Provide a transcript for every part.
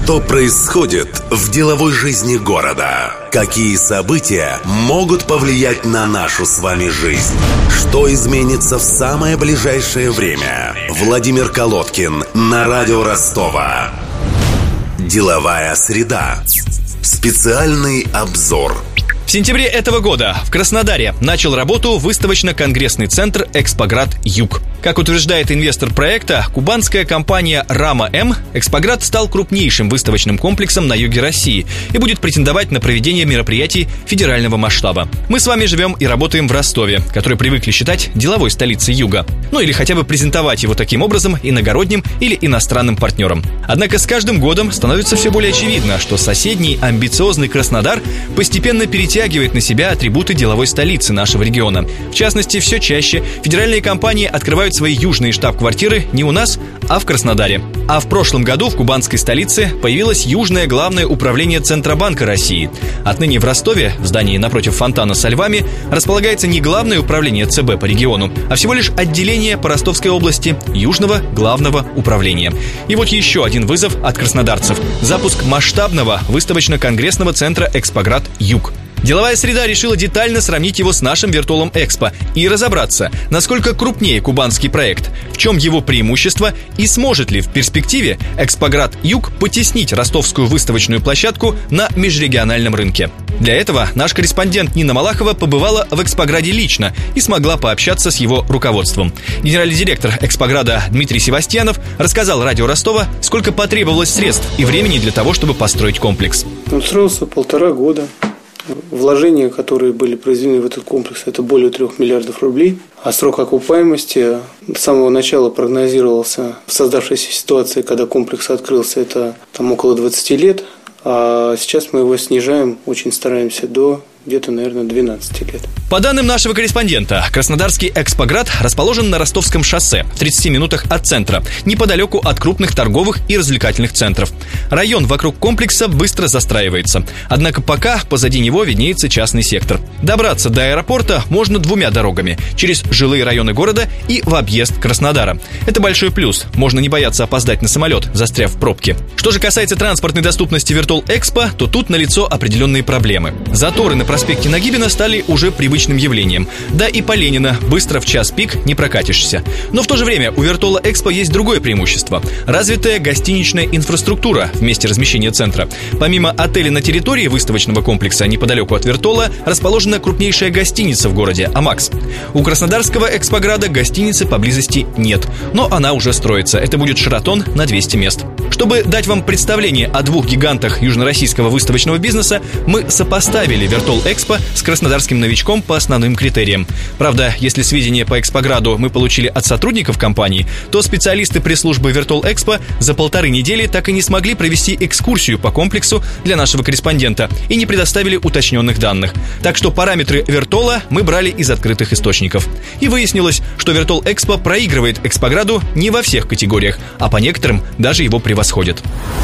Что происходит в деловой жизни города? Какие события могут повлиять на нашу с вами жизнь? Что изменится в самое ближайшее время? Владимир Колодкин на радио Ростова. Деловая среда. Специальный обзор. В сентябре этого года в Краснодаре начал работу выставочно-конгрессный центр «Экспоград Юг». Как утверждает инвестор проекта, кубанская компания «Рама-М», «Экспоград» стал крупнейшим выставочным комплексом на юге России и будет претендовать на проведение мероприятий федерального масштаба. Мы с вами живем и работаем в Ростове, который привыкли считать деловой столицей юга. Ну или хотя бы презентовать его таким образом иногородним или иностранным партнерам. Однако с каждым годом становится все более очевидно, что соседний амбициозный Краснодар постепенно перетягивает на себя атрибуты деловой столицы нашего региона. В частности, все чаще федеральные компании открывают свои южные штаб-квартиры не у нас, а в Краснодаре. А в прошлом году в кубанской столице появилось Южное главное управление Центробанка России. Отныне в Ростове, в здании напротив фонтана со львами, располагается не главное управление ЦБ по региону, а всего лишь отделение по Ростовской области Южного главного управления. И вот еще один вызов от краснодарцев – запуск масштабного выставочно-конгрессного центра «Экспоград Юг». Деловая среда решила детально сравнить его с нашим Виртуалом Экспо и разобраться, насколько крупнее кубанский проект, в чем его преимущество и сможет ли в перспективе Экспоград Юг потеснить ростовскую выставочную площадку на межрегиональном рынке. Для этого наш корреспондент Нина Малахова побывала в Экспограде лично и смогла пообщаться с его руководством. Генеральный директор Экспограда Дмитрий Севастьянов рассказал радио Ростова, сколько потребовалось средств и времени для того, чтобы построить комплекс. Он строился 1,5 года. Вложения, которые были произведены в этот комплекс, это более 3 миллиардов рублей. А срок окупаемости с самого начала прогнозировался в создавшейся ситуации, когда комплекс открылся, это около 20 лет. А сейчас мы его снижаем, очень стараемся, до где-то, наверное, 12 лет. По данным нашего корреспондента, Краснодарский Экспоград расположен на Ростовском шоссе в 30 минутах от центра, неподалеку от крупных торговых и развлекательных центров. Район вокруг комплекса быстро застраивается. Однако пока позади него виднеется частный сектор. Добраться до аэропорта можно 2 дорогами – через жилые районы города и в объезд Краснодара. Это большой плюс. Можно не бояться опоздать на самолет, застряв в пробке. Что же касается транспортной доступности Виртуал Экспо, то тут налицо определенные проблемы. Заторы на проспекте Нагибина стали уже привычным явлением. Да и по Ленина быстро в час пик не прокатишься. Но в то же время у Виртуала Экспо есть другое преимущество – развитая гостиничная инфраструктура в месте размещения центра. Помимо отеля на территории выставочного комплекса неподалеку от Виртуала расположена крупнейшая гостиница в городе – Амакс. У Краснодарского Экспограда гостиницы поблизости нет, но она уже строится. Это будет Шератон на 200 мест. Чтобы дать вам представление о 2 гигантах южнороссийского выставочного бизнеса, мы сопоставили Виртуал Экспо с краснодарским новичком по основным критериям. Правда, если сведения по Экспограду мы получили от сотрудников компании, то специалисты пресс-службы Виртуал Экспо за 1,5 недели так и не смогли провести экскурсию по комплексу для нашего корреспондента и не предоставили уточненных данных. Так что параметры Виртуала мы брали из открытых источников. И выяснилось, что Виртуал Экспо проигрывает Экспограду не во всех категориях, а по некоторым даже его превосходит.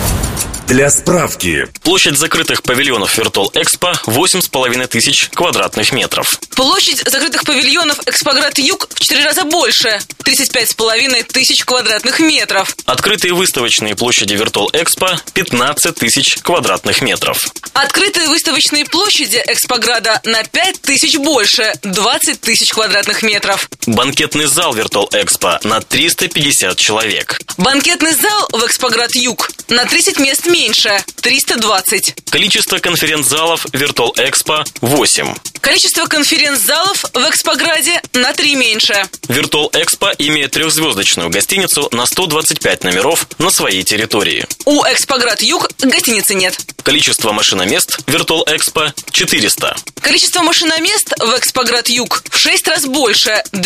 Для справки. Площадь закрытых павильонов Виртуал Экспо 8,5 тысяч квадратных метров. Площадь закрытых павильонов Экспоград Юг в 4 раза больше – 35,5 тысяч квадратных метров. Открытые выставочные площади Виртуал Экспо 15 тысяч квадратных метров. Открытые выставочные площади Экспограда на 5 тысяч больше – 20 тысяч квадратных метров. Банкетный зал Виртуал Экспо на 350 человек. Банкетный зал в Экспоград Юг на 30 мест меньше – 320. Количество конференц-залов Виртуал Экспо 8. Количество конференц-залов в Экспограде на 3 меньше. Виртуал Экспо имеет 3-звездочную гостиницу на 125 номеров на своей территории. У Экспоград Юг гостиницы нет. Количество машиномест Виртуал Экспо 400. Количество машиномест в Экспоград Юг в 6 раз больше –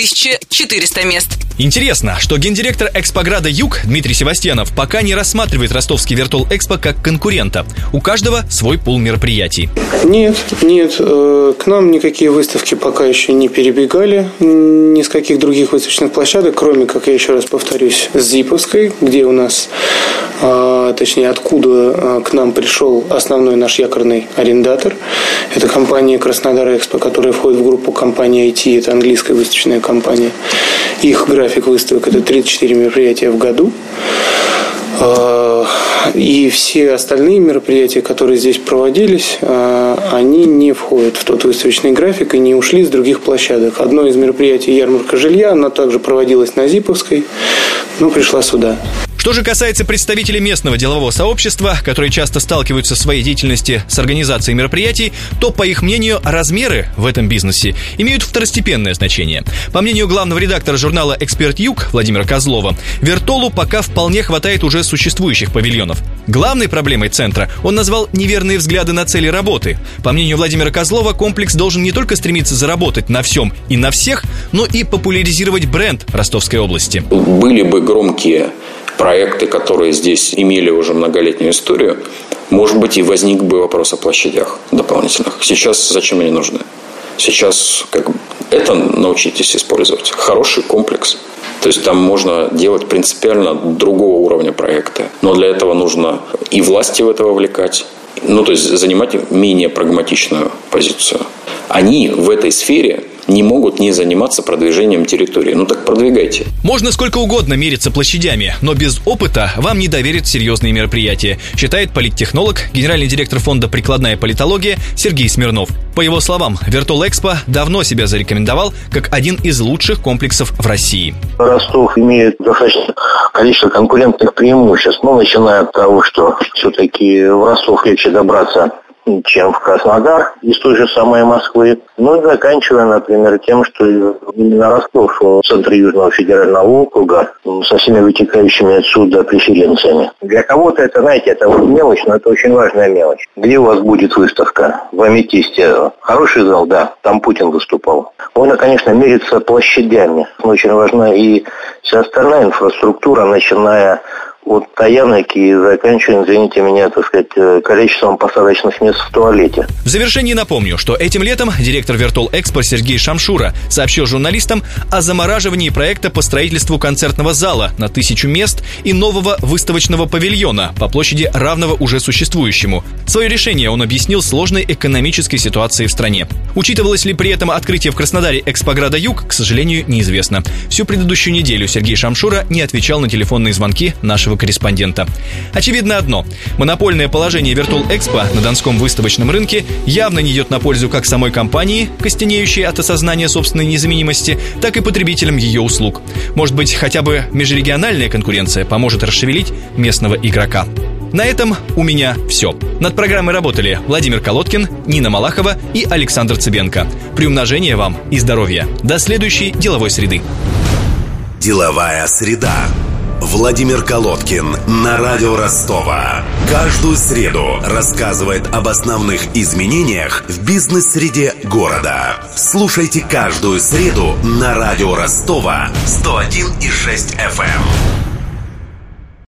2400 мест. Интересно, что гендиректор Экспограда Юг Дмитрий Севастьянов пока не рассматривает ростовский Виртуал Экспо как конкурента. У каждого свой пул мероприятий. Нет. К нам никакие выставки пока еще не перебегали. Ни с каких других выставочных площадок, кроме, как я еще раз повторюсь, с Зиповской, где у нас, точнее, откуда к нам пришел основной наш якорный арендатор. Это компания Краснодар Экспо, которая входит в группу компании IT. Это английская выставочная компания. Их график выставок – это 34 мероприятия в году. И все остальные мероприятия, которые здесь проводились, они не входят в тот выставочный график и не ушли с других площадок. Одно из мероприятий — ярмарка жилья, она также проводилась на Зиповской, но пришла сюда. Что же касается представителей местного делового сообщества, которые часто сталкиваются в своей деятельности с организацией мероприятий, то, по их мнению, размеры в этом бизнесе имеют второстепенное значение. По мнению главного редактора журнала «Эксперт Юг» Владимира Козлова, Вертолу пока вполне хватает уже существующих павильонов. Главной проблемой центра он назвал неверные взгляды на цели работы. По мнению Владимира Козлова, комплекс должен не только стремиться заработать на всем и на всех, но и популяризировать бренд Ростовской области. Были бы громкие проекты, которые здесь имели уже многолетнюю историю, может быть, и возник бы вопрос о площадях дополнительных. Сейчас зачем они нужны? Сейчас это научитесь использовать. Хороший комплекс. То есть там можно делать принципиально другого уровня проекты. Но для этого нужно и власти в это вовлекать, то есть занимать менее прагматичную позицию. Они в этой сфере не могут не заниматься продвижением территории. Так продвигайте. Можно сколько угодно мериться площадями, но без опыта вам не доверят серьезные мероприятия, считает политтехнолог, генеральный директор фонда «Прикладная политология» Сергей Смирнов. По его словам, Вертол-Экспо давно себя зарекомендовал как один из лучших комплексов в России. Ростов имеет достаточно количество конкурентных преимуществ, начиная от того, что все-таки в Ростов легче добраться, чем в Краснодар из той же самой Москвы. И заканчивая, например, тем, что именно Ростов в центре Южного федерального округа со всеми вытекающими отсюда преференциями. Для кого-то это, это мелочь, но это очень важная мелочь. Где у вас будет выставка? В Аметисте. Хороший зал, да, там Путин выступал. Можно, конечно, мериться площадями, но очень важна и вся остальная инфраструктура, начиная от стоянок и заканчивая, извините меня, количеством посадочных мест в туалете. В завершении напомню, что этим летом директор Вертол-Экспо Сергей Шамшура сообщил журналистам о замораживании проекта по строительству концертного зала на 1000 мест и нового выставочного павильона по площади, равного уже существующему. Свое решение он объяснил сложной экономической ситуацией в стране. Учитывалось ли при этом открытие в Краснодаре Экспограда Юг, к сожалению, неизвестно. Всю предыдущую неделю Сергей Шамшура не отвечал на телефонные звонки нашего корреспондента. Очевидно одно: монопольное положение Вертол-Экспо на Донском выставочном рынке явно не идет на пользу как самой компании, костенеющей от осознания собственной незаменимости, так и потребителям ее услуг. Может быть, хотя бы межрегиональная конкуренция поможет расшевелить местного игрока. На этом у меня все. Над программой работали Владимир Колодкин, Нина Малахова и Александр Цыбенко. Приумножения вам и здоровья. До следующей деловой среды. Деловая среда. Владимир Колодкин на радио Ростова. Каждую среду рассказывает об основных изменениях в бизнес-среде города. Слушайте каждую среду на радио Ростова 101,6 FM.